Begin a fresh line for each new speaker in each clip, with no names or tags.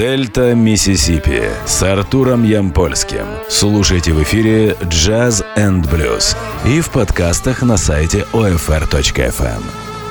Дельта Миссисипи с Артуром Ямпольским. Слушайте в эфире Jazz and Blues и в подкастах на сайте OFR.FM.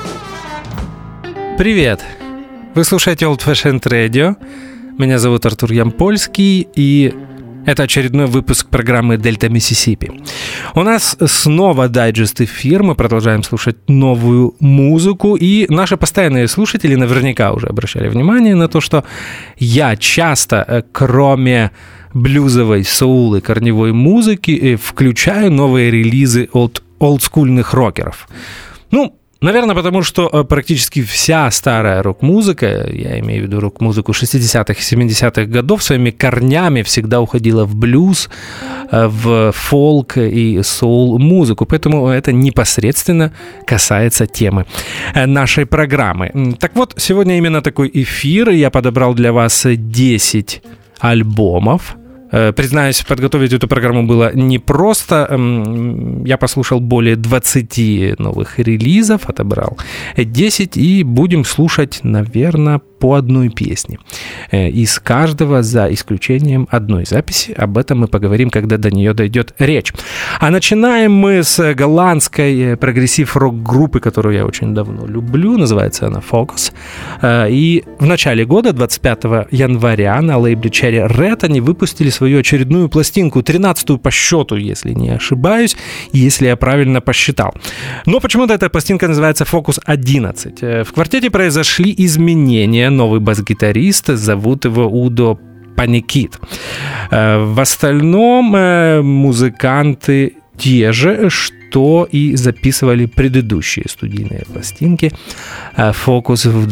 Привет! Вы слушаете Old Fashioned Radio. Меня зовут Артур Ямпольский, и это очередной выпуск программы «Дельта Миссисипи». У нас снова дайджест-эфир, мы продолжаем слушать новую музыку, и наши постоянные слушатели наверняка уже обращали внимание на то, что я часто, кроме блюзовой, соул и корневой музыки, включаю новые релизы от олдскульных рокеров. Наверное, потому что практически вся старая рок-музыка, я имею в виду рок-музыку 60-х и 70-х годов, своими корнями всегда уходила в блюз, в фолк и соул-музыку. Поэтому это непосредственно касается темы нашей программы. Так вот, сегодня именно такой эфир. Я подобрал для вас 10 альбомов. Признаюсь, подготовить эту программу было непросто. Я послушал более 20 новых релизов, отобрал 10, и будем слушать, наверное, по одной песне. Из каждого, за исключением одной записи. Об этом мы поговорим, когда до нее дойдет речь. А начинаем мы с голландской прогрессив-рок-группы, которую я очень давно люблю. Называется она Focus. И в начале года, 25 января, на лейбле Cherry Red они выпустили свою очередную пластинку, 13-ю по счету, если не ошибаюсь, если я правильно посчитал. Но почему-то эта пластинка называется Focus 11. В квартете произошли изменения. Новый бас-гитарист, зовут его Удо Паникит. В остальном музыканты те же, что и записывали предыдущие студийные пластинки «Фокус» в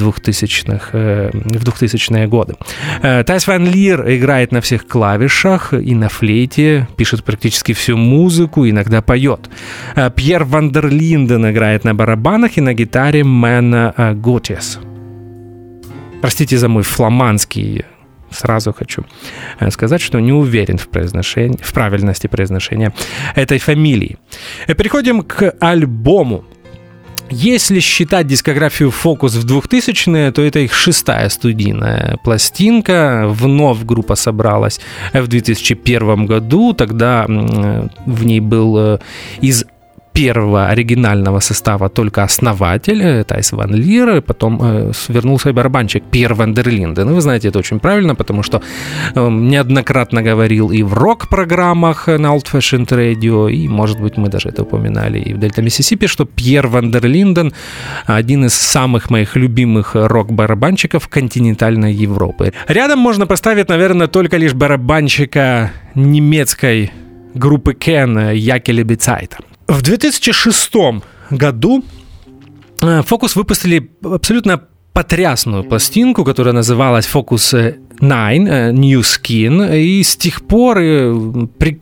2000-е годы. Тайс Ван Лир играет на всех клавишах и на флейте, пишет практически всю музыку, иногда поет. Пьер Ван дер Линден играет на барабанах и на гитаре Мэн Готес. Простите за мой фламандский. Сразу хочу сказать, что не уверен в правильности произношения этой фамилии. Переходим к альбому. Если считать дискографию Focus в 2000-е, то это их 6-я студийная пластинка. Вновь группа собралась в 2001 году. Тогда в ней был из первого оригинального состава только основатель Тайс Ван Лир, потом вернулся барабанщик Пьер Ван дер Линден. Вы знаете, это очень правильно, потому что неоднократно говорил и в рок-программах на Old Fashioned Radio, и, может быть, мы даже это упоминали и в Дельта Миссисипи, что Пьер Ван дер Линден один из самых моих любимых рок-барабанщиков континентальной Европы. Рядом можно поставить, наверное, только лишь барабанщика немецкой группы Кен Якеля Бицайта. В 2006 году Focus выпустили абсолютно потрясную пластинку, которая называлась Focus 9 New Skin, и с тех пор при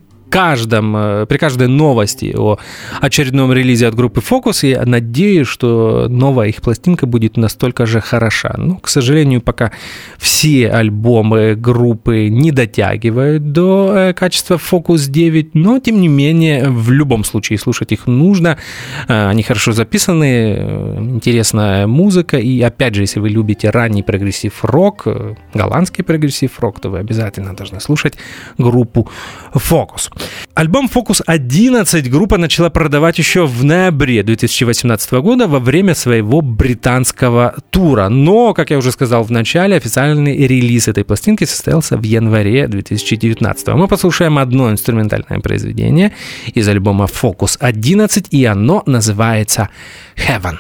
каждой новости о очередном релизе от группы Focus я надеюсь, что новая их пластинка будет настолько же хороша. Но, к сожалению, пока все альбомы группы не дотягивают до качества Focus 9, но, тем не менее, в любом случае слушать их нужно. Они хорошо записаны, интересная музыка, и, опять же, если вы любите ранний прогрессив-рок, голландский прогрессив-рок, то вы обязательно должны слушать группу Focus. Альбом Focus 11 группа начала продавать еще в ноябре 2018 года во время своего британского тура. Но, как я уже сказал в начале, официальный релиз этой пластинки состоялся в январе 2019. Мы послушаем одно инструментальное произведение из альбома Focus 11, и оно называется «Heaven».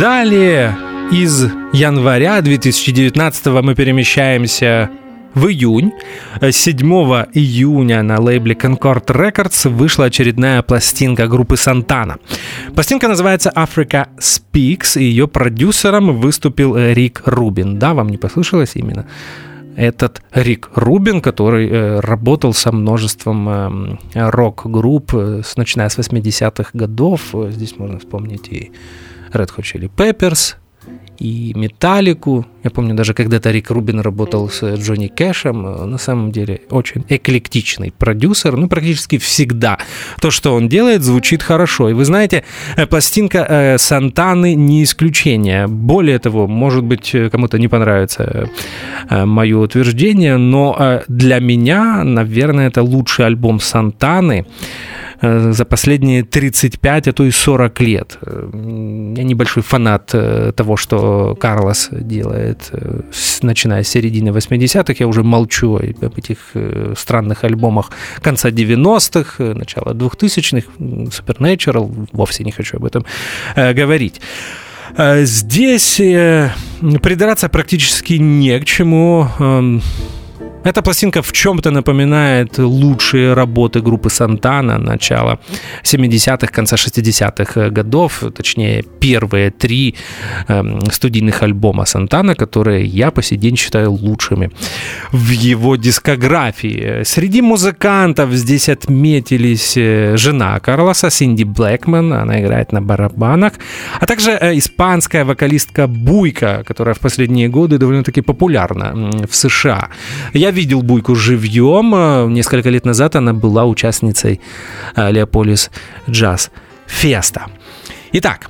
Далее из января 2019 мы перемещаемся в июнь. 7 июня на лейбле Concord Records вышла очередная пластинка группы Santana. Пластинка называется Africa Speaks, и ее продюсером выступил Рик Рубин. Да, вам не послышалось именно? Этот Рик Рубин, который работал со множеством рок-групп, начиная с 80-х годов. Здесь можно вспомнить и Red Hot Chili Peppers, и Металлику. Я помню, даже когда-то Рик Рубин работал с Джонни Кэшем. На самом деле очень эклектичный продюсер. Практически всегда то, что он делает, звучит хорошо. И вы знаете, пластинка Сантаны не исключение. Более того, может быть, кому-то не понравится мое утверждение, но для меня, наверное, это лучший альбом Сантаны за последние 35, а то и 40 лет. Я небольшой фанат того, что Карлос делает, начиная с середины 80-х. Я уже молчу об этих странных альбомах конца 90-х, начала 2000-х, Supernatural, вовсе не хочу об этом говорить. Здесь придраться практически не к чему. Эта пластинка в чем-то напоминает лучшие работы группы Santana начала 70-х, конца 60-х годов, точнее, первые 3 студийных альбома Santana, которые я по сей день считаю лучшими в его дискографии. Среди музыкантов здесь отметились жена Карлоса, Синди Блэкман, она играет на барабанах, а также испанская вокалистка Буйка, которая в последние годы довольно-таки популярна в США. Я видел Буйку живьем. Несколько лет назад она была участницей Леополис Джаз Феста. Итак,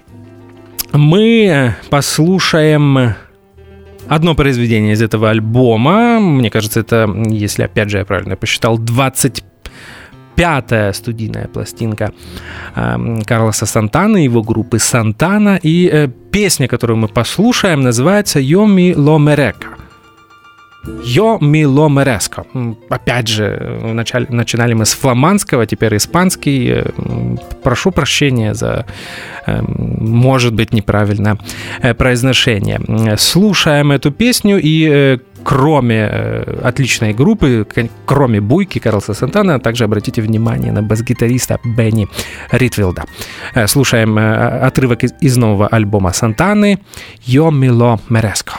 мы послушаем одно произведение из этого альбома. Мне кажется, это, если опять же я правильно посчитал, 25-я студийная пластинка Карлоса Сантаны, его группы Santana. И песня, которую мы послушаем, называется «Yo mi lo merezco». «Yo mi lo merezco». Опять же, начинали мы с фламандского, теперь испанский. Прошу прощения за, может быть, неправильное произношение. Слушаем эту песню, и кроме отличной группы, кроме Буйки Карлоса Сантана, также обратите внимание на бас-гитариста Бенни Ритфилда. Слушаем отрывок из нового альбома Сантаны «Yo mi lo merezco».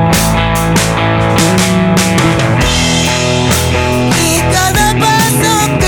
Y cada paso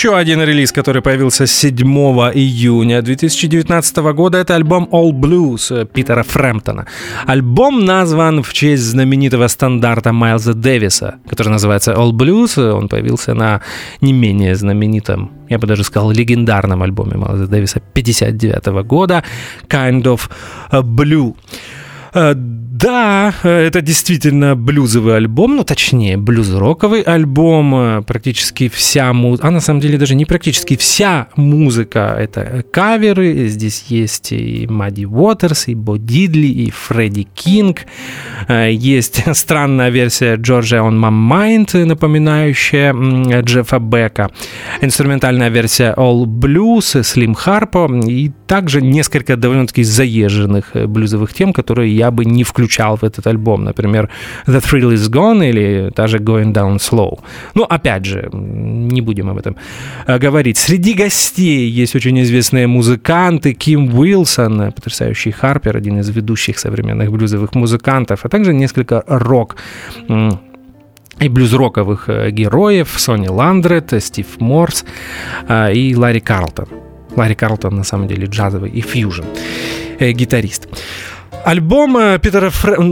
Еще один релиз, который появился 7 июня 2019 года, это альбом All Blues Питера Фрэмптона. Альбом назван в честь знаменитого стандарта Майлза Дэвиса, который называется All Blues. Он появился на не менее знаменитом, я бы даже сказал, легендарном альбоме Майлза Дэвиса 1959 года «Kind of Blue». Да, это действительно блюзовый альбом, ну, точнее, блюз-роковый альбом. Практически вся музыка, на самом деле даже не практически вся музыка — это каверы. Здесь есть и Мадди Уотерс, и Бо Дидли, и Фредди Кинг. Есть странная версия Georgia on My Mind, напоминающая Джеффа Бека. Инструментальная версия All Blues Слим Харпо. И также несколько довольно-таки заезженных блюзовых тем, которые я бы не включал в этот альбом. Например, The Thrill Is Gone или та же Going Down Slow. Ну, опять же, не будем об этом говорить. Среди гостей есть очень известные музыканты. Ким Уилсон, потрясающий харпер, один из ведущих современных блюзовых музыкантов, а также несколько рок и блюз-роковых героев. Сони Ландрет, Стив Морс и Ларри Карлтон. Ларри Карлтон, на самом деле, джазовый и фьюжн гитарист. Альбом Питера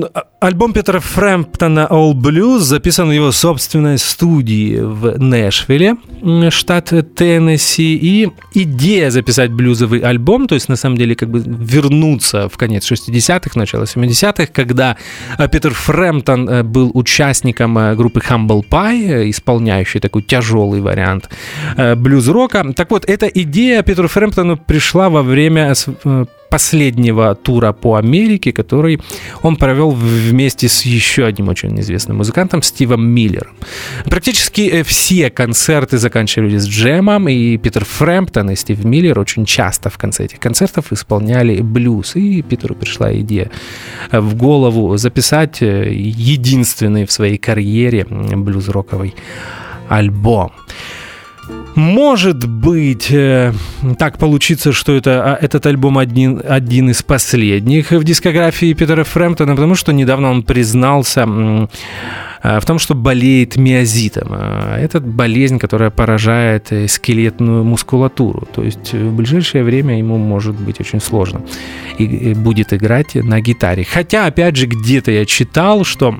Фрэмптона All Blues записан в его собственной студии в Нэшвилле, штат Теннесси. И идея записать блюзовый альбом, то есть на самом деле как бы вернуться в конец 60-х, начало 70-х, когда Питер Фрэмптон был участником группы Humble Pie, исполняющей такой тяжелый вариант блюз-рока. Так вот, эта идея Питеру Фрэмптону пришла во время последнего тура по Америке, который он провел вместе с еще одним очень известным музыкантом Стивом Миллером. Практически все концерты заканчивались джемом, и Питер Фрэмптон и Стив Миллер очень часто в конце этих концертов исполняли блюз. И Питеру пришла идея в голову записать единственный в своей карьере блюз-роковый альбом. Может быть, так получится, что этот альбом один из последних в дискографии Питера Фрэмптона, потому что недавно он признался в том, что болеет миозитом. Это болезнь, которая поражает скелетную мускулатуру. То есть в ближайшее время ему может быть очень сложно и будет играть на гитаре. Хотя, опять же, где-то я читал, что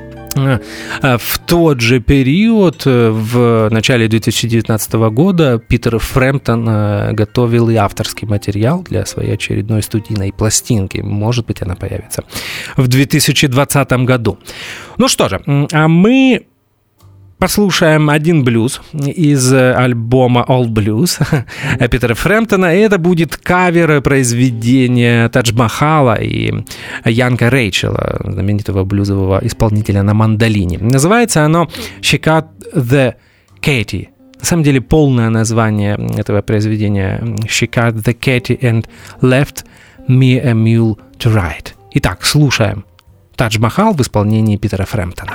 в тот же период, в начале 2019 года, Питер Фрэмптон готовил и авторский материал для своей очередной студийной пластинки. Может быть, она появится в 2020 году. Ну что же, а мы послушаем один блюз из альбома All Blues Питера Фрэмптона. И это будет кавер произведения Тадж Махала и Янка Рейчела, знаменитого блюзового исполнителя на мандолине. Называется оно «She Cut the Katy». На самом деле полное название этого произведения «She Cut the Katy and Left Me a Mule to Ride». Итак, слушаем Тадж Махал в исполнении Питера Фрэмптона.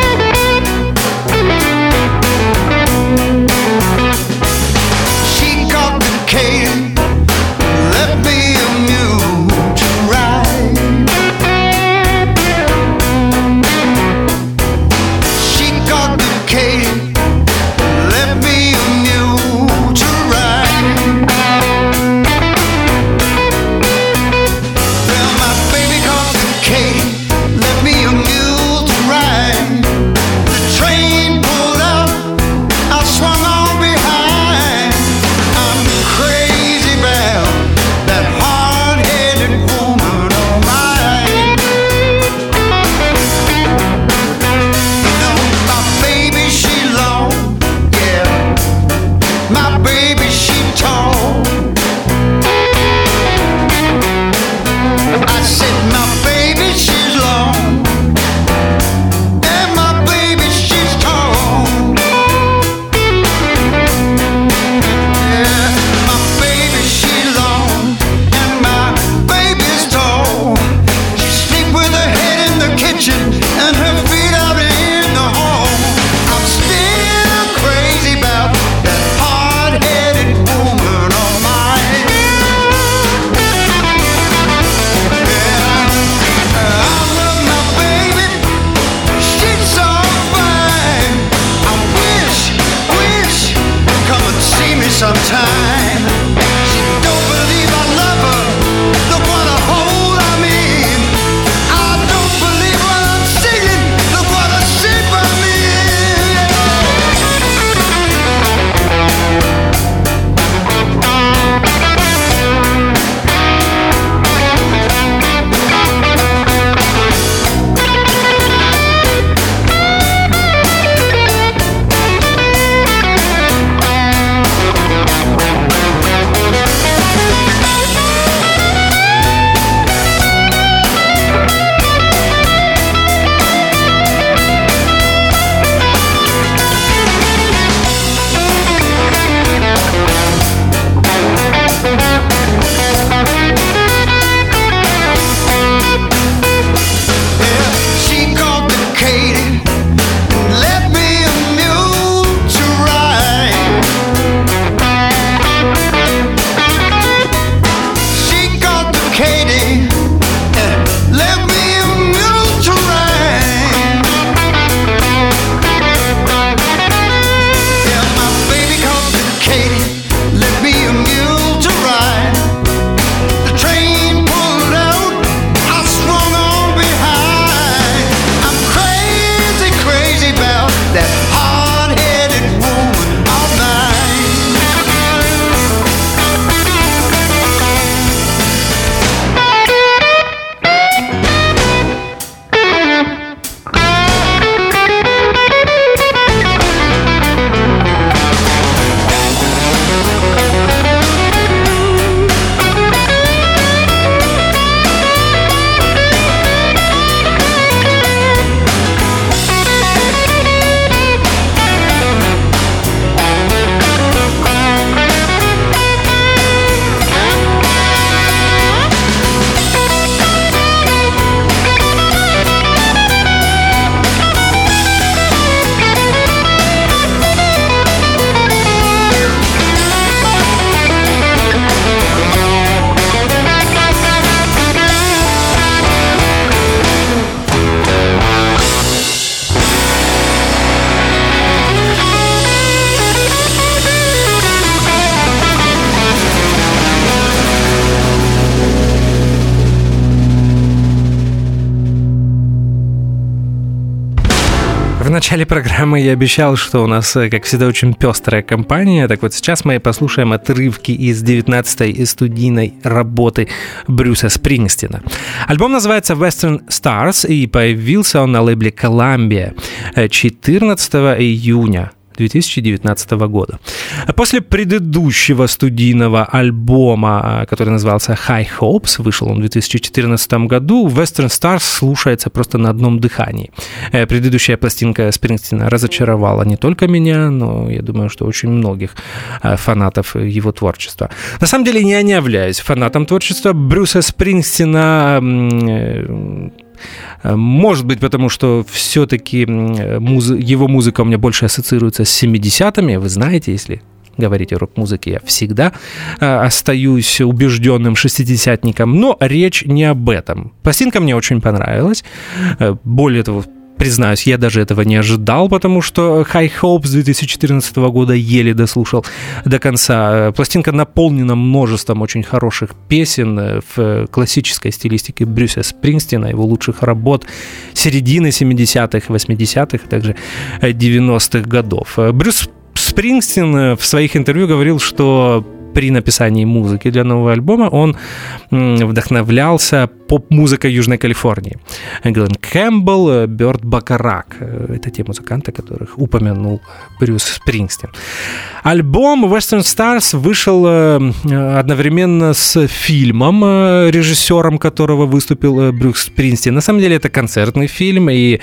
She
В начале программы я обещал, что у нас, как всегда, очень пестрая компания. Так вот, сейчас мы послушаем отрывки из 19-й студийной работы Брюса Спрингстина. Альбом называется Western Stars, и появился он на лейбле Columbia 14 июня 2019 года. После предыдущего студийного альбома, который назывался High Hopes, вышел он в 2014 году, Western Stars слушается просто на одном дыхании. Предыдущая пластинка Спрингстина разочаровала не только меня, но, я думаю, что очень многих фанатов его творчества. На самом деле, я не являюсь фанатом творчества Брюса Спрингстина. Может быть, потому что все-таки его музыка у меня больше ассоциируется с 70-ми. Вы знаете, если говорить о рок-музыке, я всегда остаюсь убежденным шестидесятником. Но речь не об этом. Пластинка мне очень понравилась. Более того, признаюсь, я даже этого не ожидал, потому что High Hopes 2014 года еле дослушал до конца. Пластинка наполнена множеством очень хороших песен в классической стилистике Брюса Спрингстина, его лучших работ середины 70-х, 80-х, также 90-х годов. Брюс Спрингстин в своих интервью говорил, что при написании музыки для нового альбома он вдохновлялся поп-музыкой Южной Калифорнии. Глен Кэмпбелл, Бёрд Бакарак — это те музыканты, которых упомянул Брюс Спрингстин. Альбом Western Stars вышел одновременно с фильмом, режиссером которого выступил Брюс Спрингстин. На самом деле это концертный фильм, и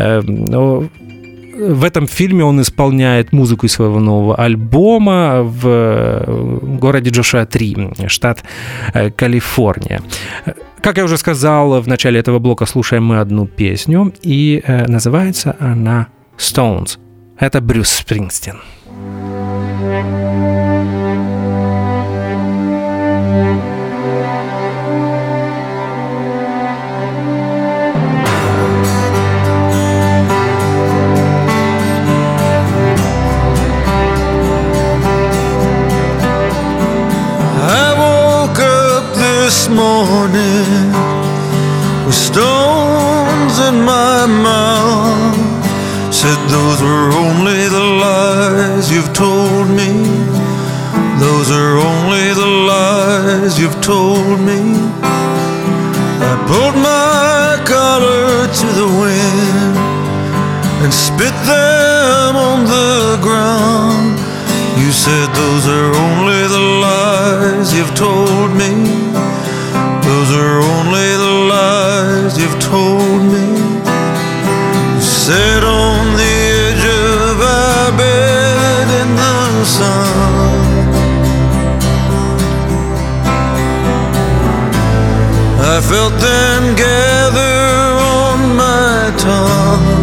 в этом фильме он исполняет музыку из своего нового альбома в городе Джошуа-Три, штат Калифорния. Как я уже сказал, в начале этого блока слушаем мы одну песню, и называется она «Stones». Это Брюс Спрингстин.
This morning with stones in my mouth, said those were only the lies you've told me, those are only the lies you've told me. I pulled my collar to the wind and spit them on the ground. You said those are only the lies you've told me, those are only the lies you've told me. You sat on the edge of our bed in the sun. I felt them gather on my tongue.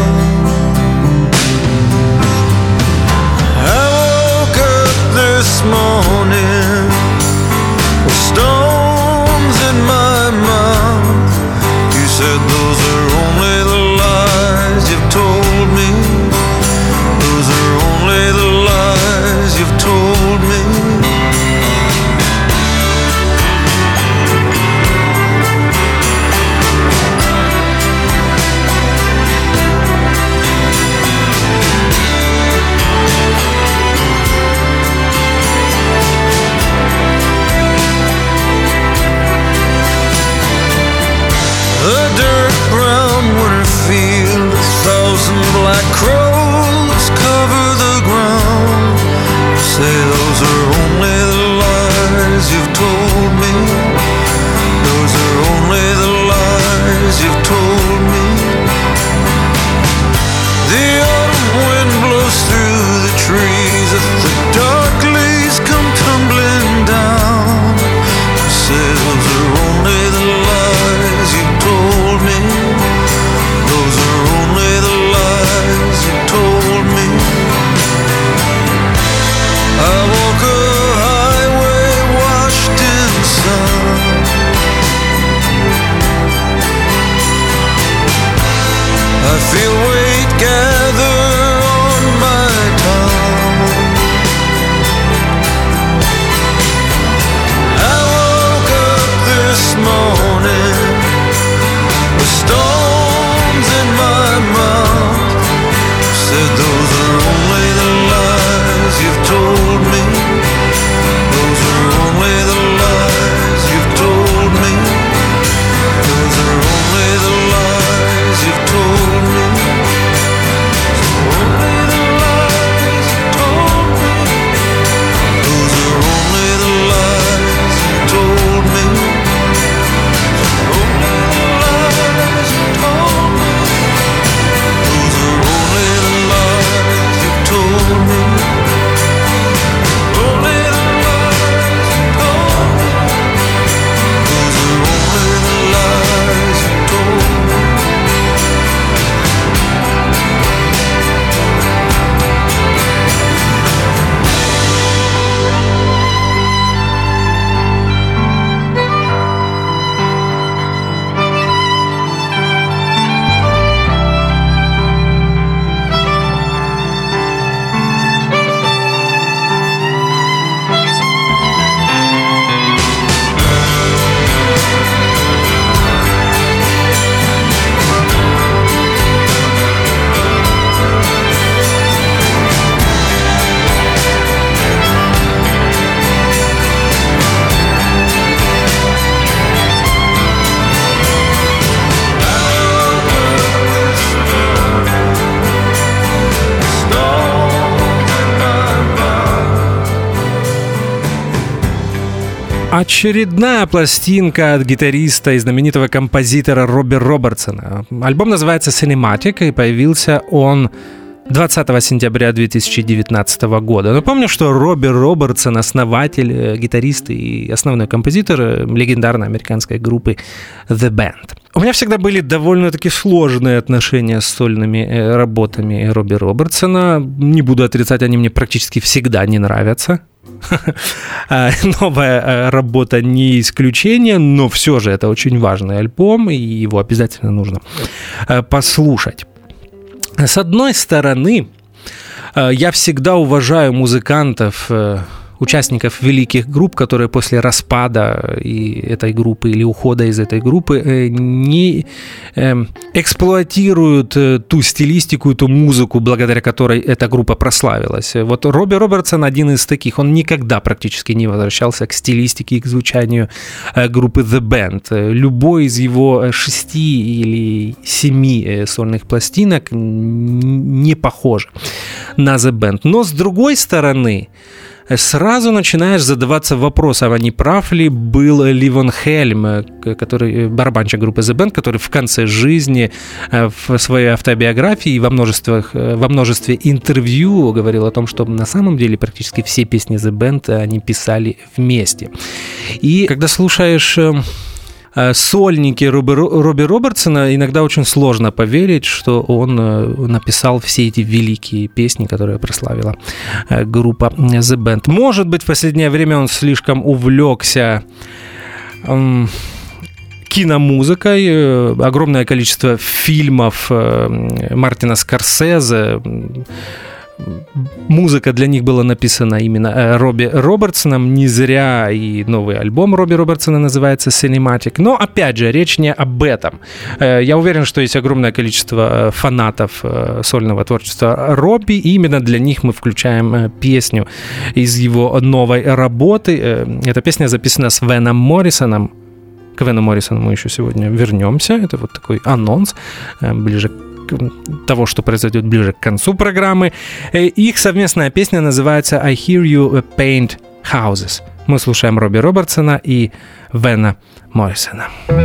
I woke up this morning with stones in my mouth. You said those are only the lies you've told me, those are only the lies you've told me. A dirt brown winter field, 1,000 black crows cover the ground. Say those are only the lies you've told me, those are only the lies you've told me. The autumn wind blows through the trees as the dark leaves come tumbling down. Say those are only the lies you've told me, those are only the lies you've told me. I
Очередная пластинка от гитариста и знаменитого композитора Робби Робертсона. Альбом называется «Cinematic», и появился он 20 сентября 2019 года. Напомню, что Робби Робертсон — основатель, гитарист и основной композитор легендарной американской группы The Band. У меня всегда были довольно-таки сложные отношения с сольными работами Робби Робертсона. Не буду отрицать, они мне практически всегда не нравятся. Новая работа не исключение, но все же это очень важный альбом, и его обязательно нужно послушать. С одной стороны, я всегда уважаю музыкантов, участников великих групп, которые после распада и этой группы или ухода из этой группы не эксплуатируют ту стилистику, ту музыку, благодаря которой эта группа прославилась. Вот Робби Робертсон один из таких. Он никогда практически не возвращался к стилистике и к звучанию группы The Band. Любой из его 6 или 7 сольных пластинок не похож на The Band. Но с другой стороны, сразу начинаешь задаваться вопросом, а не прав ли был Ливон Хельм, который, барабанщик группы The Band, который в конце жизни в своей автобиографии и во множестве интервью говорил о том, что на самом деле практически все песни The Band они писали вместе. И когда слушаешь сольники Робби Робертсона, иногда очень сложно поверить, что он написал все эти великие песни, которые прославила группа The Band. Может быть, в последнее время он слишком увлекся киномузыкой. Огромное количество фильмов Мартина Скорсезе. Музыка для них была написана именно Робби Робертсоном. Не зря и новый альбом Робби Робертсона называется «Cinematic». Но, опять же, речь не об этом. Я уверен, что есть огромное количество фанатов сольного творчества Робби, и именно для них мы включаем песню из его новой работы. Эта песня записана с Веном Моррисоном. К Вену Моррисону мы еще сегодня вернемся. Это вот такой анонс ближе к того, что произойдет ближе к концу программы. Их совместная песня называется «I Hear You Paint Houses». Мы слушаем Робби Робертсона и Вена Моррисона.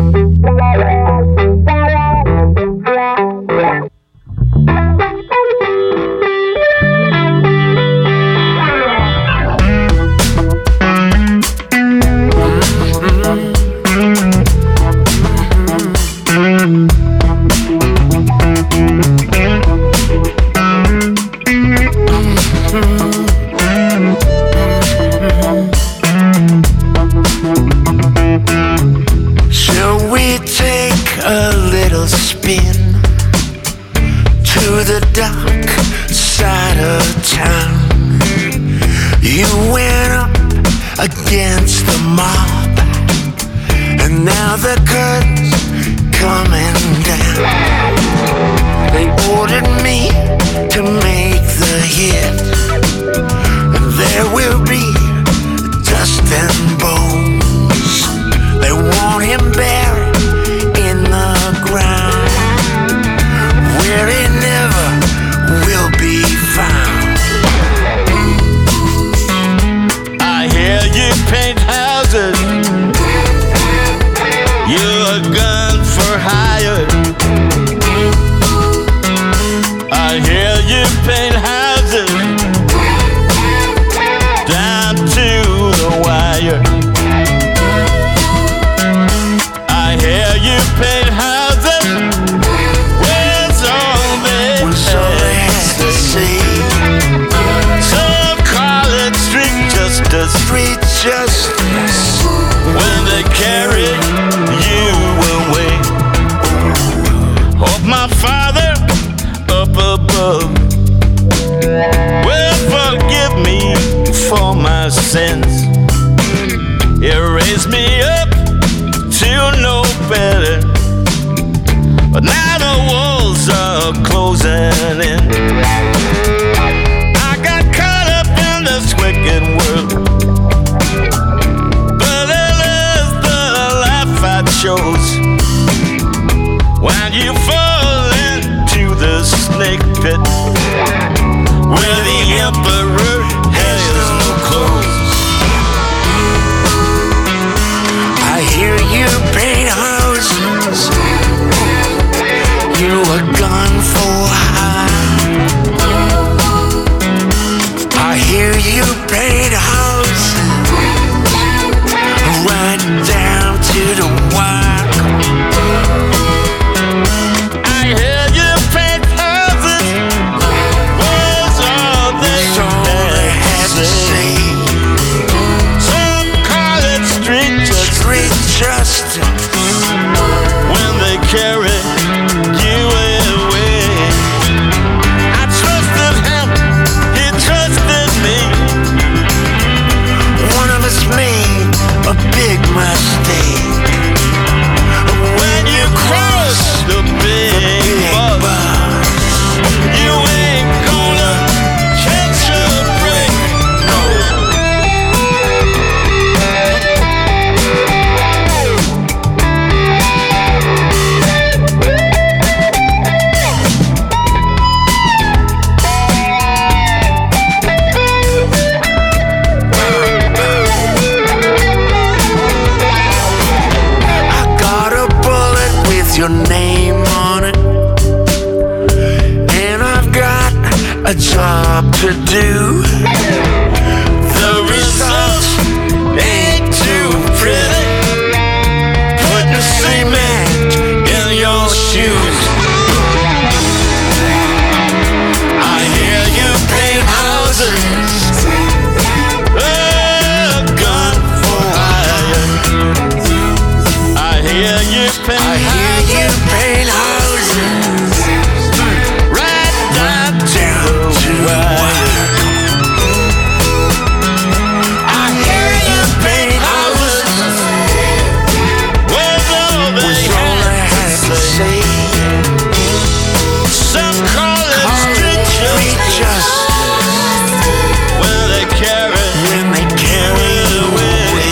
Dark side of town, you went up against the mob, and now the curtain's coming down. They ordered me to make the hit, and there will be dust and bones. They want him buried in the ground, where he never will be found. I hear you paint houses, you're a gun for hire. I hear you paint houses down to the wire. I hear you paint houses with all they see. Some call it street justice, when they carry you away. Hope my Father up above will forgive me for my sins. He raised me up to know better, but now the walls are closing in. I got caught up in this wicked world, but it is the life I chose. When you fall into the snake pit, where the emperor has no clothes. trust when they carry you away. I trusted him, he trusted me. One of us made a big mistake. When you cross the big bus, you ain't gonna catch a break. No. Your name on it, and I've got a job to do. The results ain't too pretty, putting cement in your shoes. I hear you paint houses, a gun for hire. I hear you paint paint houses right down to the wire. I hear you paint houses with all they have to say. Some call it street justice when they carry it away.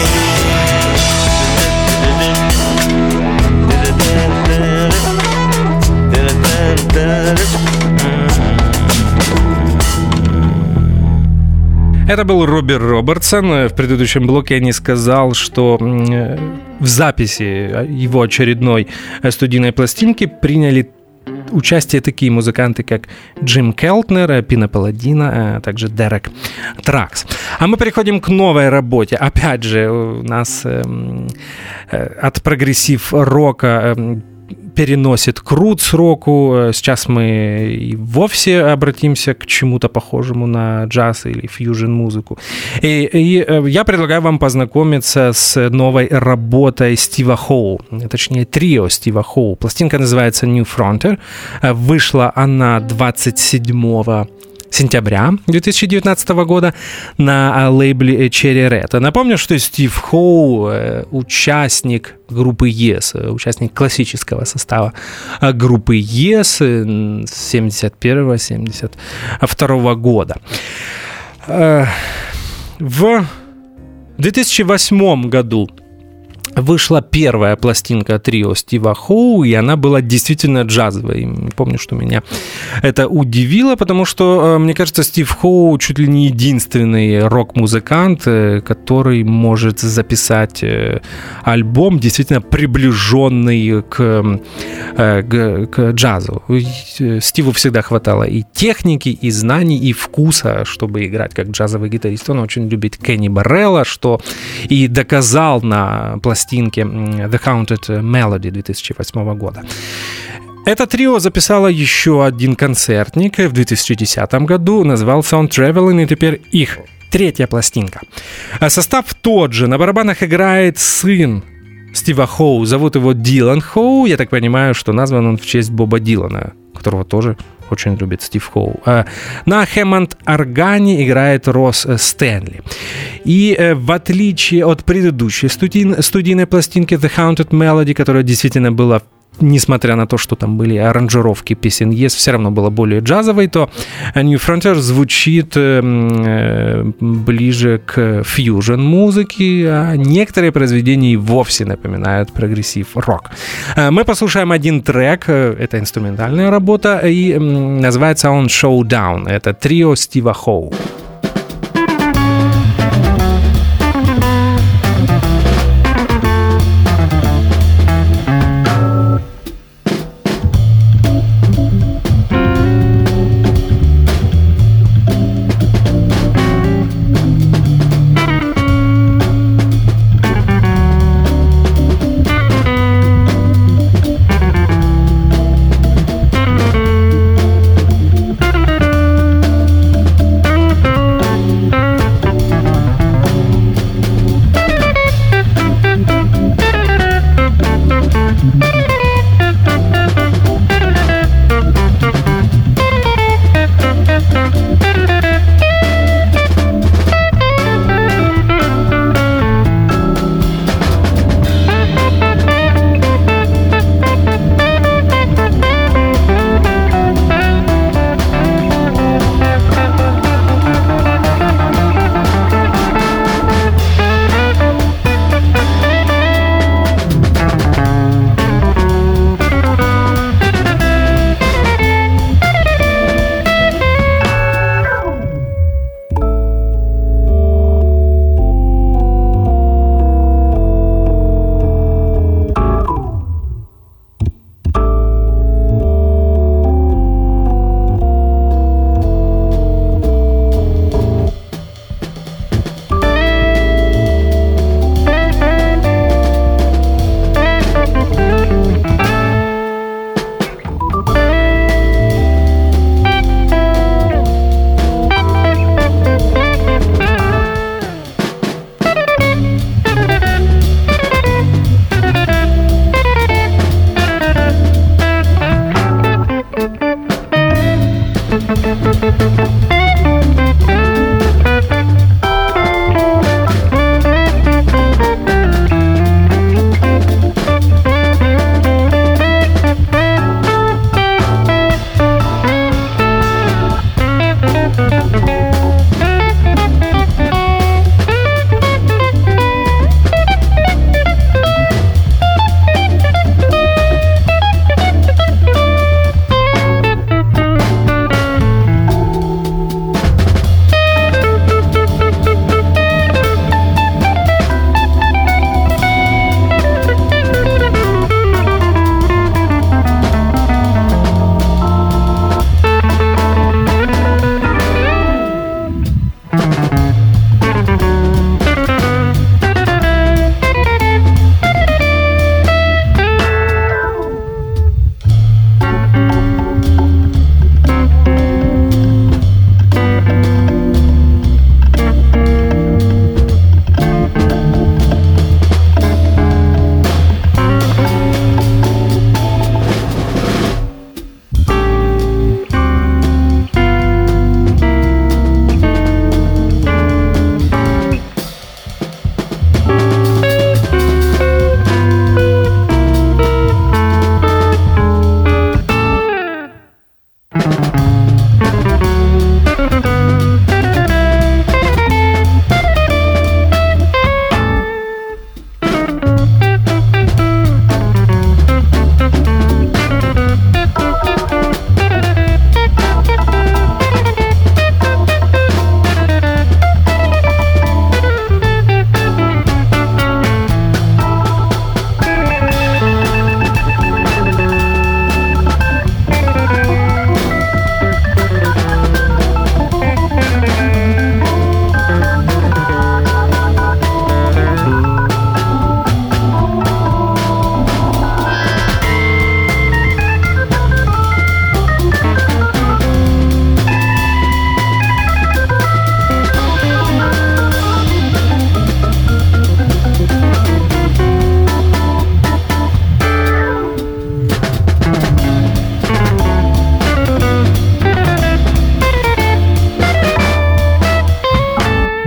Это был Робби Робертсон. В предыдущем блоке я не сказал, что в записи его очередной студийной пластинки приняли участие такие музыканты, как Джим Келтнер, Пино Палладино, а также Дерек Тракс. А мы переходим к новой работе. Опять же, у нас от прогрессив-рока переносит к рутс-року. Сейчас мы и вовсе обратимся к чему-то похожему на джаз или фьюжн-музыку. И я предлагаю вам познакомиться с новой работой Стива Хоу, точнее трио Стива Хоу. Пластинка называется New Frontier. Вышла она 27 сентября 2019 года на лейбле Cherry Red. Напомню, что Стив Хоу участник группы Yes, участник классического состава группы Yes с 71-72 года. В 2008 году вышла первая пластинка трио Стива Хоу, и она была действительно джазовой. Помню, что меня это удивило, потому что, мне кажется, Стив Хоу чуть ли не единственный рок-музыкант, который может записать альбом, действительно приближенный к джазу. Стиву всегда хватало и техники, и знаний, и вкуса, чтобы играть как джазовый гитарист. Он очень любит Кенни Баррелла, что и доказал на пластинке The Haunted Melody 2008 года. Это трио записало еще один концертник в 2010 году, назывался он Traveling, и теперь их третья пластинка. Состав тот же, на барабанах играет сын Стива Хоу, зовут его Дилан Хоу, я так понимаю, что назван он в честь Боба Дилана, которого тоже очень любит Стив Хоу. На Хэммонд-органе играет Росс Стэнли. И в отличие от предыдущей студийной пластинки The Haunted Melody, которая действительно была, несмотря на то, что там были аранжировки песен Yes, все равно была более джазовой, то New Frontier звучит ближе к фьюжн-музыке, а некоторые произведения и вовсе напоминают прогрессив-рок. Мы послушаем один трек, это инструментальная работа, и называется он Showdown. Это трио Стива Хоу.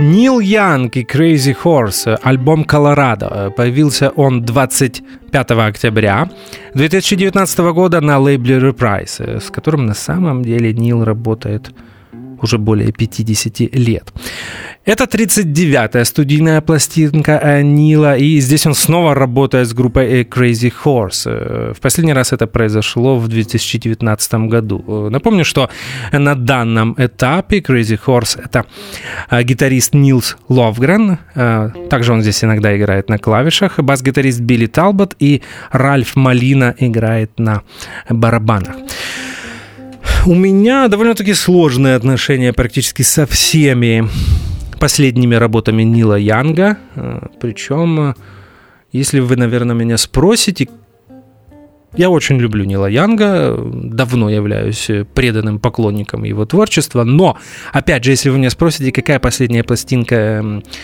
Нил Янг и Crazy Horse, альбом «Колорадо». Появился он 25 октября 2019 года на лейбле Reprise, с которым на самом деле Нил работает уже более 50 лет. Это 39-я студийная пластинка Нила, и здесь он снова работает с группой Crazy Horse. В последний раз это произошло в 2019 году. Напомню, что на данном этапе Crazy Horse — это гитарист Нилс Ловгрен, также он здесь иногда играет на клавишах, бас-гитарист Билли Талбот и Ральф Малина играет на барабанах. У меня довольно-таки сложные отношения практически со всеми последними работами Нила Янга. Причем, если вы, наверное, меня спросите, я очень люблю Нила Янга, давно являюсь преданным поклонником его творчества, но, опять же, если вы меня спросите, какая последняя пластинка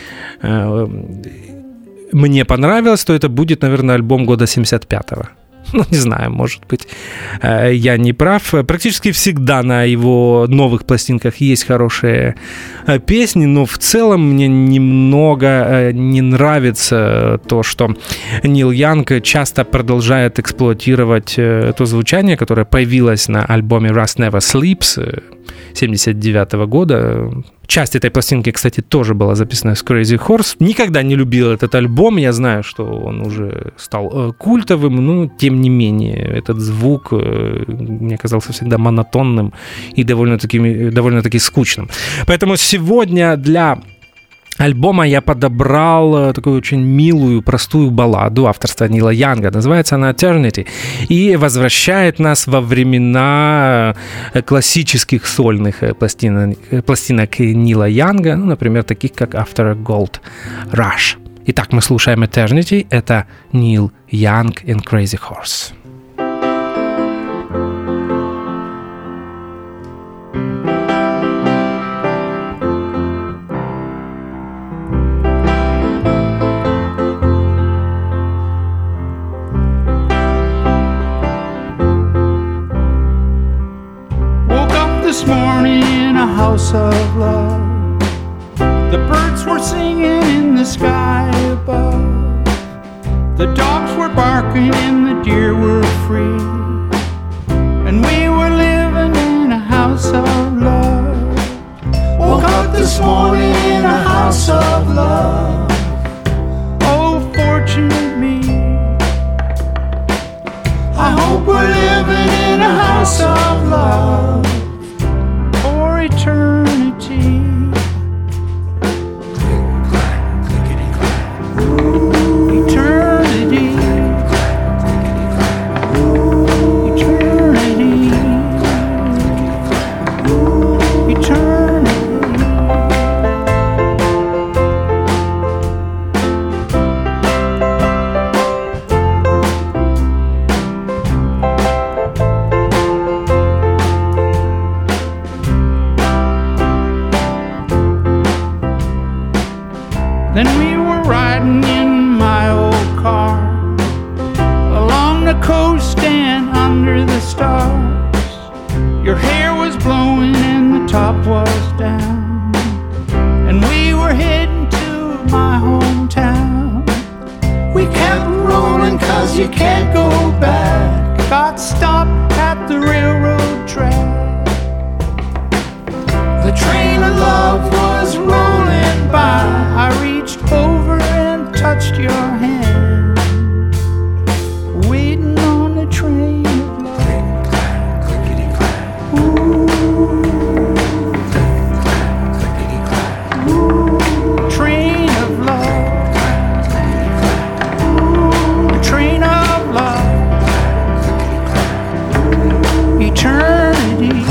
мне понравилась, то это будет, наверное, альбом года 75-го. Ну, не знаю, может быть, я не прав. Практически всегда на его новых пластинках есть хорошие песни, но в целом мне немного не нравится то, что Нил Янг часто продолжает эксплуатировать то звучание, которое появилось на альбоме Rust Never Sleeps 1979 года. Часть этой пластинки, кстати, тоже была записана с Crazy Horse. Никогда не любил этот альбом. Я знаю, что он уже стал культовым, но тем не менее этот звук мне казался всегда монотонным и довольно-таки скучным. Поэтому сегодня для альбома я подобрал такую очень милую, простую балладу авторства Нила Янга. Называется она «Eternity» и возвращает нас во времена классических сольных пластинок Нила Янга, ну, например, таких как «After a Gold Rush». Итак, мы слушаем «Eternity». Это Нил Янг и Crazy Horse.
This morning in a house of love, the birds were singing in the sky above, the dogs were barking and the deer were free, and we were living in a house of love. Woke up this morning in a house of love. Oh, fortunate me, I hope we're living in a house of love. Eternity. Click, clack, clickety, clack. Eternity. Clickety, clack. Eternity. Eternity. Then we were riding in my old car along the coast and under the stars. Your hair was blowing and the top was down, and we were heading to my hometown. We kept rolling 'cause you can't go back. Got stopped at the railroad track. The train of love was rolling by. I reached over and touched your hand, waiting on the train of love. Click, clack, clickety, clack. Ooh. Click, clack, clickety, clack. Ooh. Train of love. Clack, clickety, clack. Ooh. Train of love. Clack, clickety, clack. Eternity.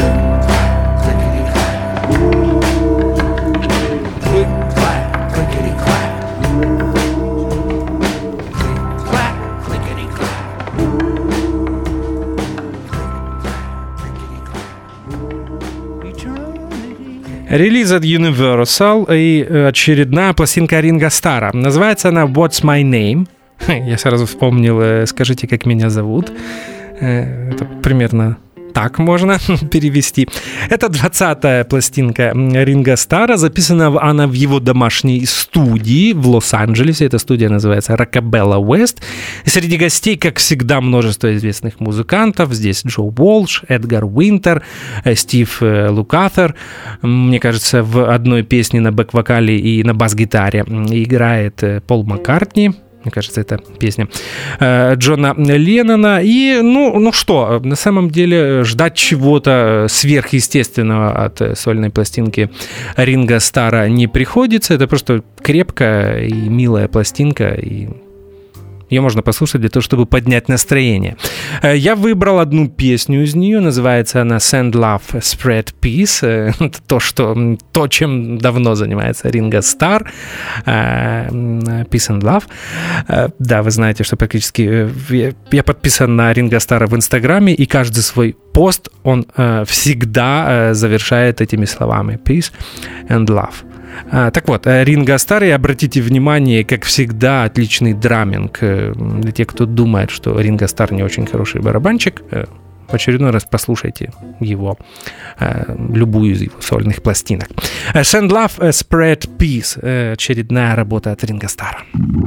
Релиз от Universal и очередная пластинка Ринго Старра. Называется она «What's My Name?». Я сразу вспомнил «Скажите, как меня зовут». Это примерно Так можно перевести. Это 20-я пластинка Ринго Старра. Записана она в его домашней студии в Лос-Анджелесе. Эта студия называется Rockabella West. И среди гостей, как всегда, множество известных музыкантов. Здесь Джо Уолш, Эдгар Уинтер, Стив Лукатher. Мне кажется, в одной песне на бэк-вокале и на бас-гитаре играет Пол Маккартни. Мне кажется, это песня Джона Леннона. И, ну что, на самом деле ждать чего-то сверхъестественного от сольной пластинки Ринго Старра не приходится. Это просто крепкая и милая пластинка, и ее можно послушать для того, чтобы поднять настроение. Я выбрал одну песню из нее, называется она «Send Love, Spread Peace». Это то, чем давно занимается Ринго Старр. Peace and Love. Да, вы знаете, что практически я подписан на Ринго Старра в Инстаграме, и каждый свой пост он всегда завершает этими словами «Peace and Love». Так вот, Ринго Старр, и обратите внимание, как всегда, отличный драминг. Для тех, кто думает, что Ринго Старр не очень хороший барабанщик, в очередной раз послушайте его, любую из его сольных пластинок. Send Love, Spread Peace. Очередная работа от Ринго Старра.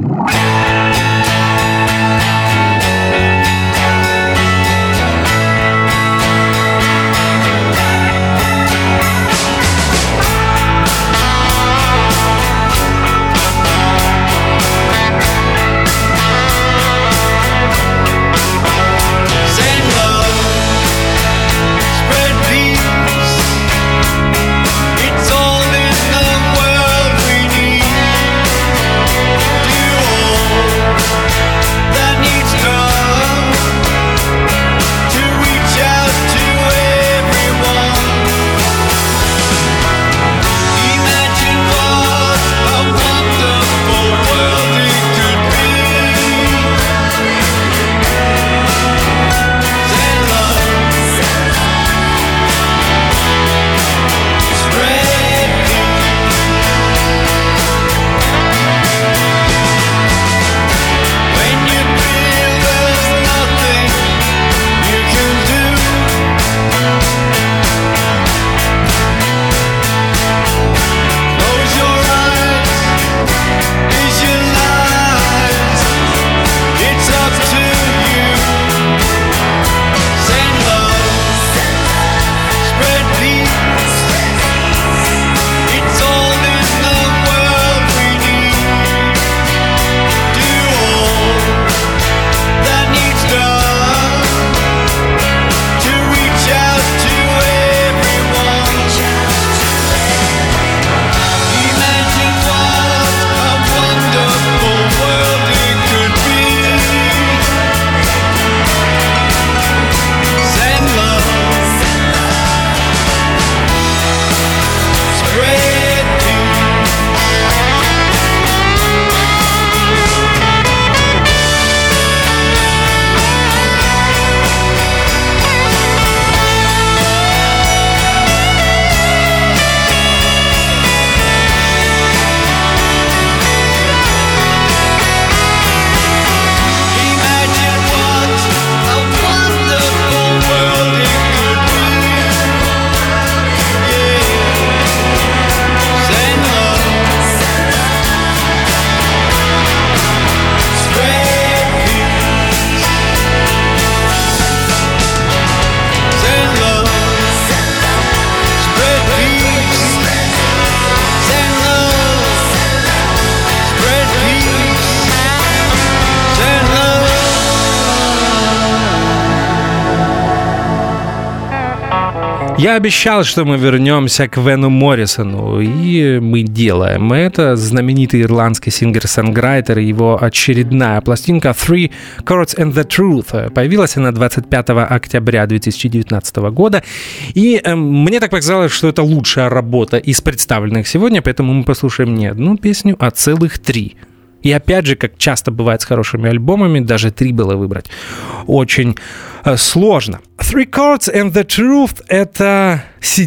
Я обещал, что мы вернемся к Вену Моррисону, и мы делаем это. Знаменитый ирландский сингер-сонграйтер, его очередная пластинка «Three Chords and the Truth». Появилась она 25 октября 2019 года, и мне так показалось, что это лучшая работа из представленных сегодня, поэтому мы послушаем не одну песню, а целых три. И опять же, как часто бывает с хорошими альбомами, даже три было выбрать очень сложно. Three Chords and the Truth — это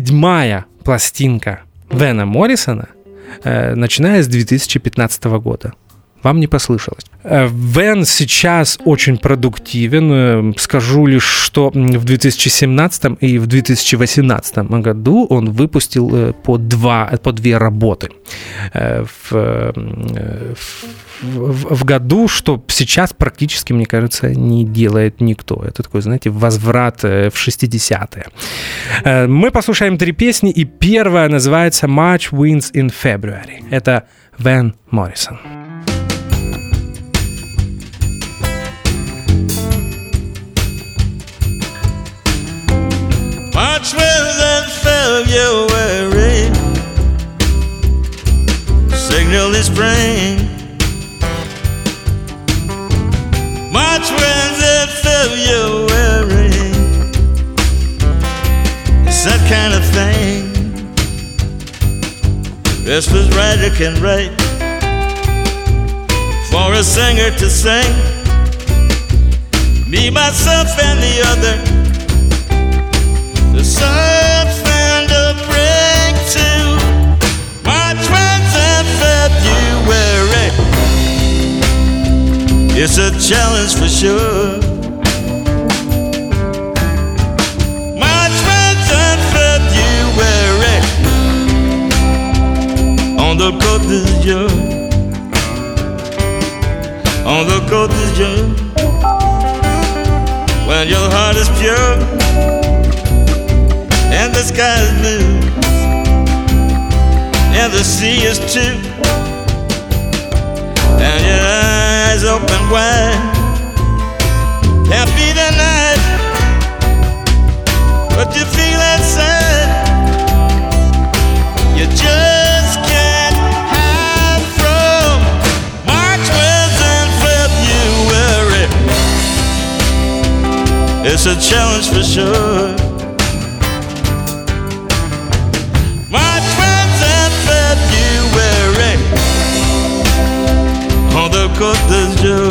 7-я пластинка Вена Моррисона, начиная с 2015 года. Вам не послышалось. Вен сейчас очень продуктивен. Скажу лишь, что в 2017 и в 2018 году он выпустил по две работы. В году, что сейчас практически, мне кажется, не делает никто. Это такой, знаете, возврат в 60-е. Мы послушаем 3 песни, и первая называется «March Winds in February». Это Ван Моррисон.
March winds in February signal the spring. March winds in February, it's that kind of thing. Restless writer can write for a singer to sing. Me, myself, and the other. There's something to bring to March winds in February. It's a challenge for sure. March winds in February on the Côte d'Azur, on the Côte d'Azur. When your heart is pure and the sky is blue and the sea is too, and your eyes open wide. Can't be denied what you feel inside. You just can't hide from March winds in February. It's a challenge for sure. March winds in February on the Côte d'Azur.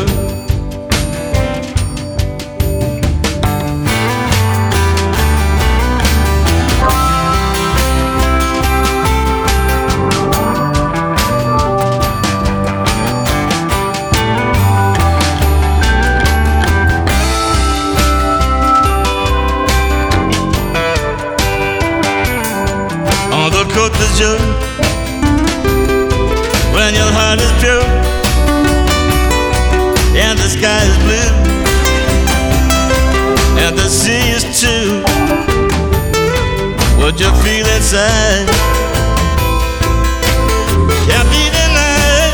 On the Côte d'Azur, when your heart is pure and the sky is blue and the sea is too, what you feel inside can't be denied.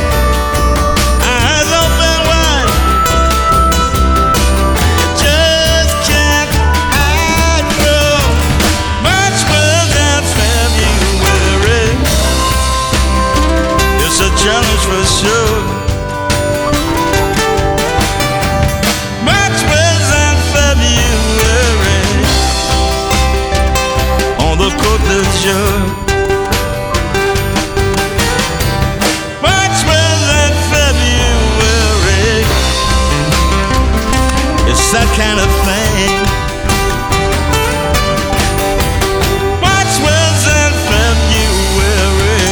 Eyes open wide, you just can't hide from March winds in February. It's a challenge for sure. The Côte d'Azur. March winds in February, it's that kind of thing. March winds in February,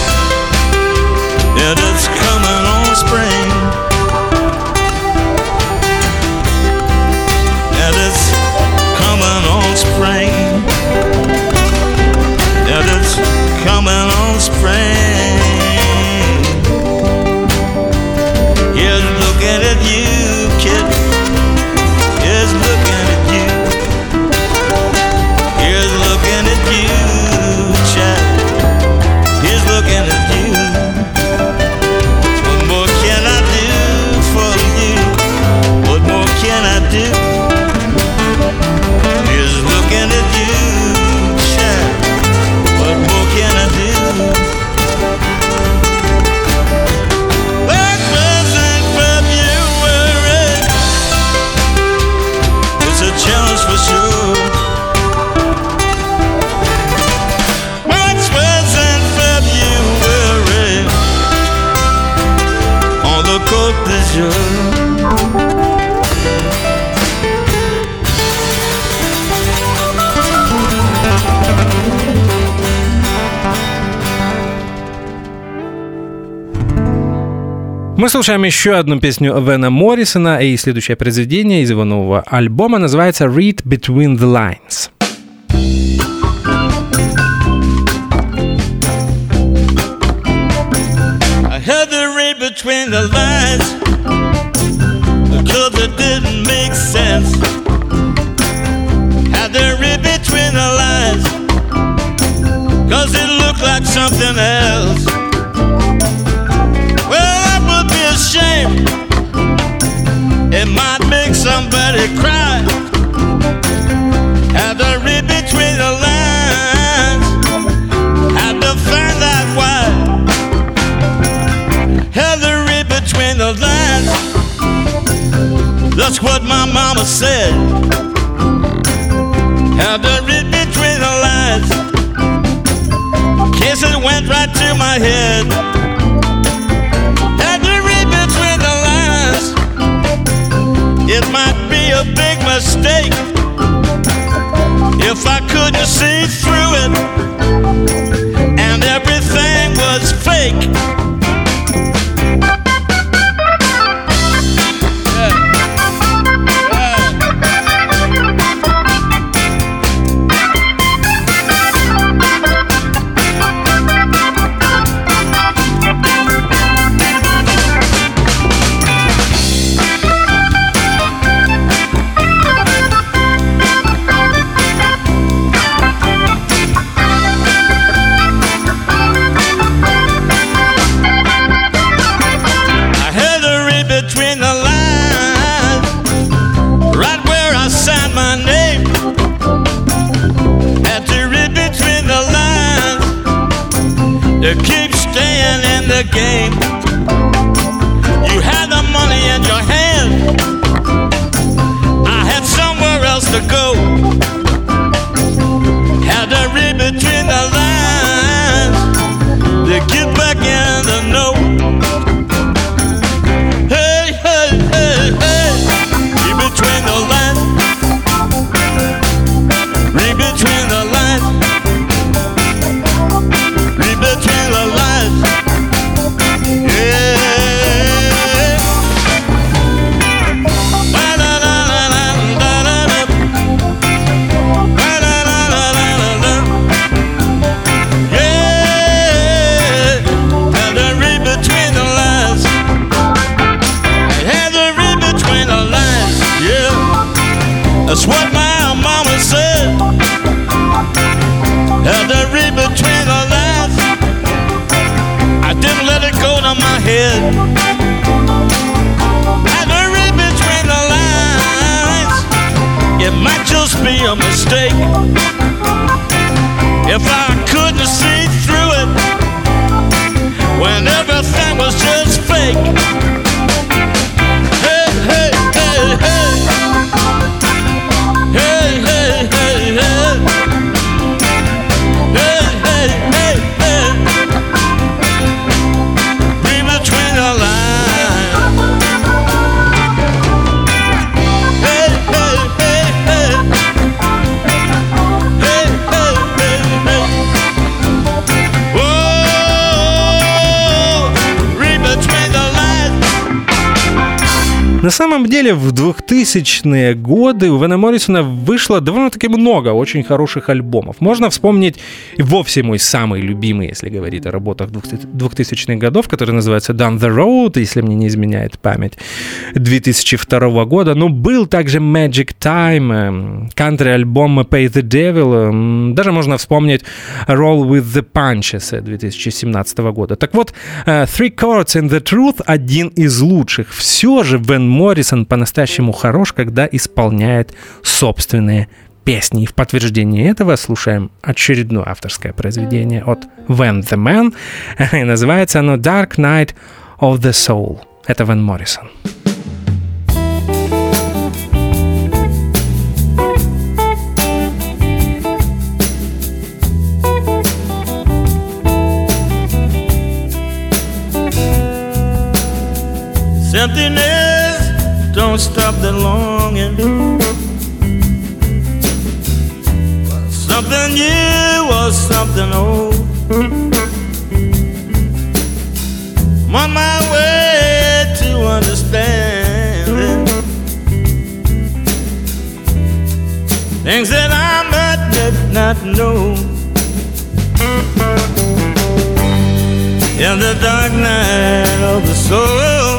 and it's coming on spring, and it's coming on spring. And it's coming on spring. Here's looking at you, kid. Here's looking at you. Here's looking at you, child. Here's looking at you. What more can I do for you? What more can I do? Here's looking at you, child. What more can I do? March winds in February, it's a challenge for sure. March winds in February on the Côte d'Azur.
Мы слушаем еще одну песню Вена Моррисона, и следующее произведение из его нового альбома называется «Read Between the Lines».
I had to read between the lines because it didn't make sense. Had to read between the lines because it looked like something else. Well, that would be a shame. It might make somebody cry. Had to read between the lines. Had to find out why. Had to read between the lines. That's what my mama said. Had to read between the lines. Guess it went right to my head. Had to read between the lines. It might be a big mistake if I couldn't see through it and everything was fake. Keep staying in the game. You had the money in your hand. I had somewhere else to go. Had to read between the lines to get back in the know. Hey, hey, hey, hey. Read between the lines. Read between the lines. Between the lines, yeah. Yeah, had to read between the lines. Had to read between the lines, yeah. That's what my mama said. Had to read between the lines. I didn't let it go to my head. Had to read between the lines. It might just be a mistake if I couldn't see through it when everything was just fake. Hey, hey, hey, hey. Hey, hey, hey, hey. Hey, hey, hey, hey. Read between the lines. Hey, hey, hey, hey. Hey, hey, hey, hey. Whoa, read between the lines.
На самом деле, в 2000-е годы у Вена Моррисона вышло довольно-таки много очень хороших альбомов. Можно вспомнить и вовсе мой самый любимый, если говорить о работах 2000-х годов, который называется «Down the Road», если мне не изменяет память, 2002 года. Но был также «Magic Time», кантри-альбом «Pay the Devil», даже можно вспомнить «Roll with the Punches» 2017 года. Так вот, «Three Chords and the Truth» — один из лучших. Все же Вен Моррисон по-настоящему хорош, когда исполняет собственные песни. И в подтверждение этого слушаем очередное авторское произведение от When the Man. И называется оно «Dark Night of the Soul». Это Вен Моррисон.
Emptiness, don't stop the longing. Something new or something old. I'm on my way things that I might not know. In the dark night of the soul,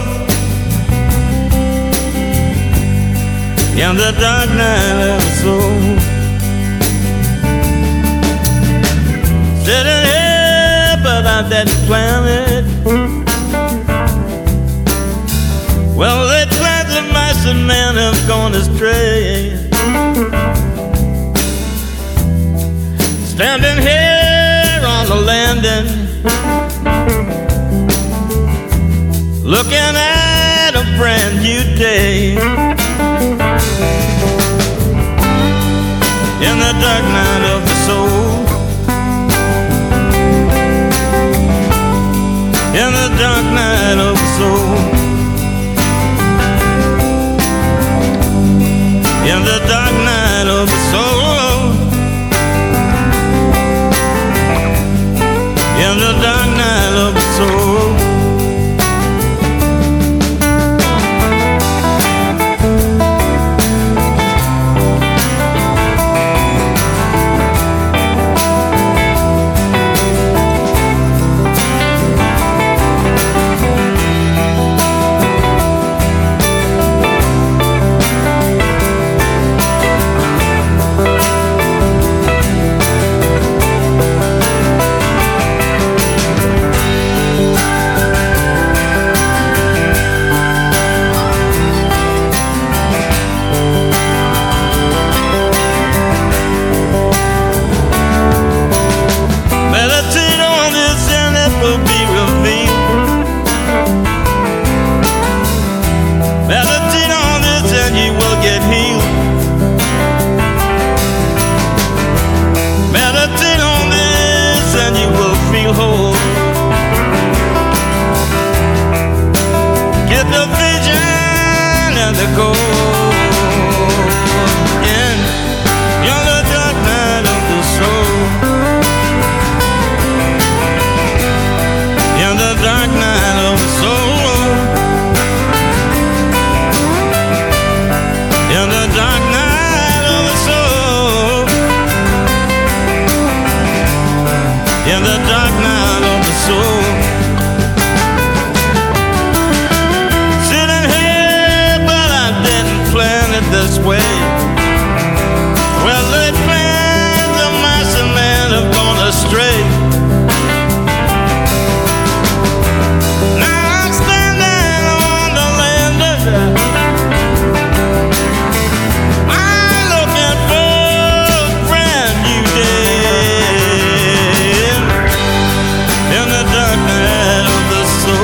in the dark night of the soul, sitting here, but I didn't plan it. Well, the plans of mice and men have gone astray. Standing here on the landing, looking at a brand new day. In the dark night of the soul, in the dark night of the soul, in the dark night of the soul, in the dark night of the soul.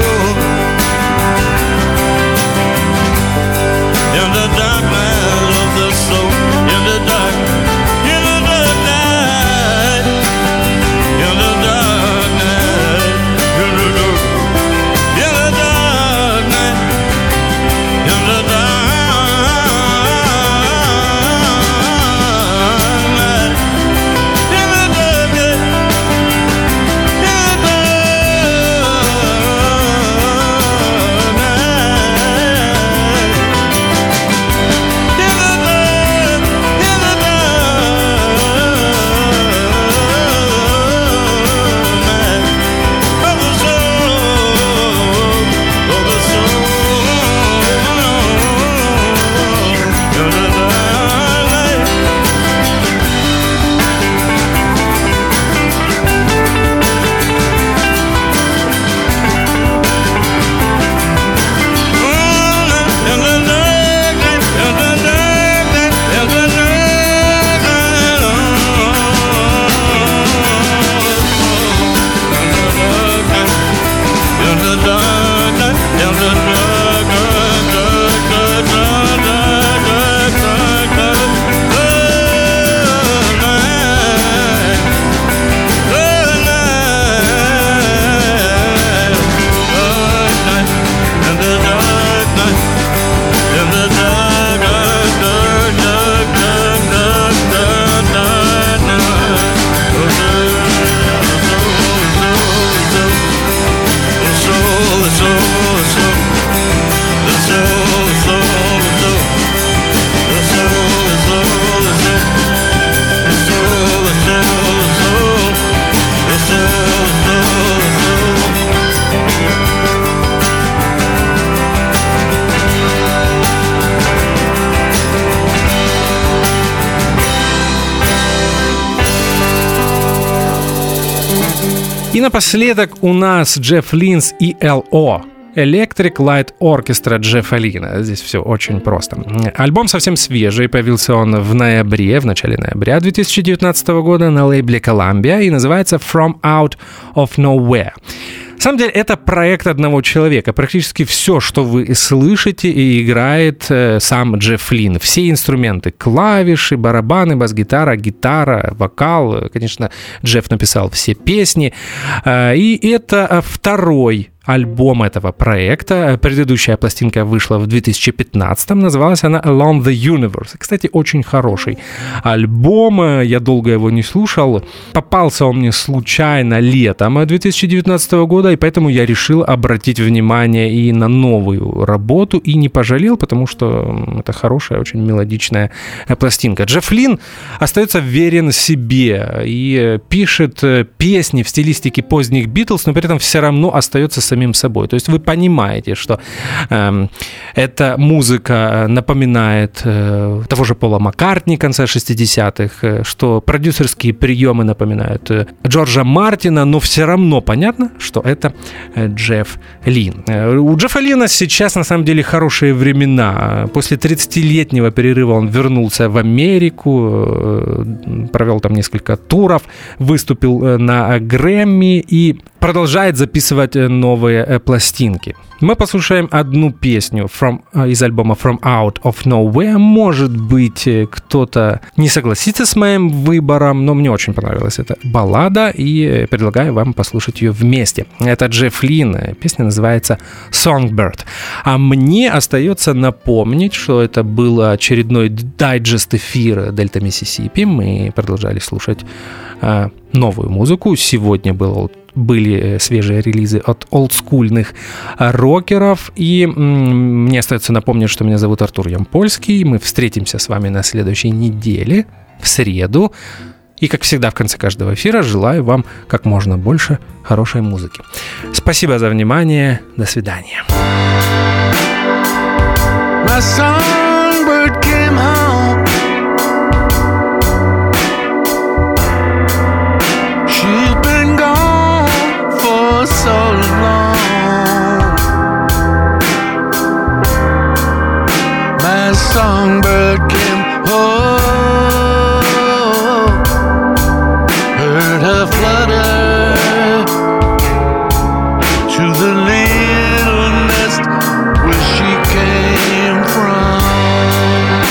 In the dark night of
И напоследок у нас Джефф Линс и L.O. Electric Light Orchestra Джеффа Лина. Здесь все очень просто. Альбом совсем свежий, появился он в начале ноября 2019 года на лейбле Columbia и называется From Out of Nowhere. На самом деле, это проект одного человека. Практически все, что вы слышите, и играет сам Джефф Лин. Все инструменты, клавиши, барабаны, бас-гитара, гитара, вокал. Конечно, Джефф написал все песни. И это второй альбом этого проекта. Предыдущая пластинка вышла в 2015-м, называлась она Along the Universe. Кстати, очень хороший альбом, я долго его не слушал. Попался он мне случайно летом 2019 года, и поэтому я решил обратить внимание и на новую работу, и не пожалел, потому что это хорошая, очень мелодичная пластинка. Джефф Лин остается верен себе и пишет песни в стилистике поздних Битлз, но при этом все равно остается самим собой. То есть вы понимаете, что эта музыка напоминает того же Пола Маккартни конца 60-х, что продюсерские приемы напоминают Джорджа Мартина, но все равно понятно, что это Джефф Лин. У Джеффа Лина сейчас на самом деле хорошие времена. После 30-летнего перерыва он вернулся в Америку, провел там несколько туров, выступил на Грэмми и продолжает записывать новые пластинки. Мы послушаем одну песню из альбома From Out of Nowhere. Может быть, кто-то не согласится с моим выбором, но мне очень понравилась эта баллада, и предлагаю вам послушать ее вместе. Это Джефф Лин, песня называется Songbird. А мне остается напомнить, что это был очередной дайджест-эфир Дельта Миссисипи. Мы продолжали слушать новую музыку. Сегодня были свежие релизы от олдскульных рокеров. И мне остается напомнить, что меня зовут Артур Ямпольский. Мы встретимся с вами на следующей неделе, в среду. И, как всегда, в конце каждого эфира желаю вам как можно больше хорошей музыки. Спасибо за внимание. До свидания.
My songbird came home. She's been gone for so long. My songbird came home. Heard her flutter to the little nest where she came from.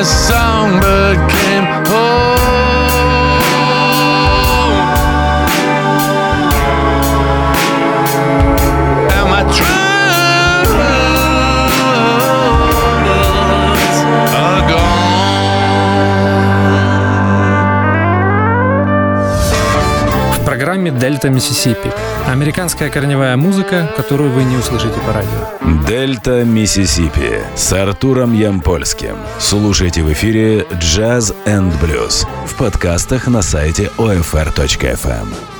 my songbird came home. And my troubles are gone.
В программе «Дельта Миссисипи» американская корневая музыка, которую вы не услышите по радио.
Дельта Миссисипи с Артуром Ямпольским. Слушайте в эфире Jazz and Blues в подкастах на сайте OFR.FM.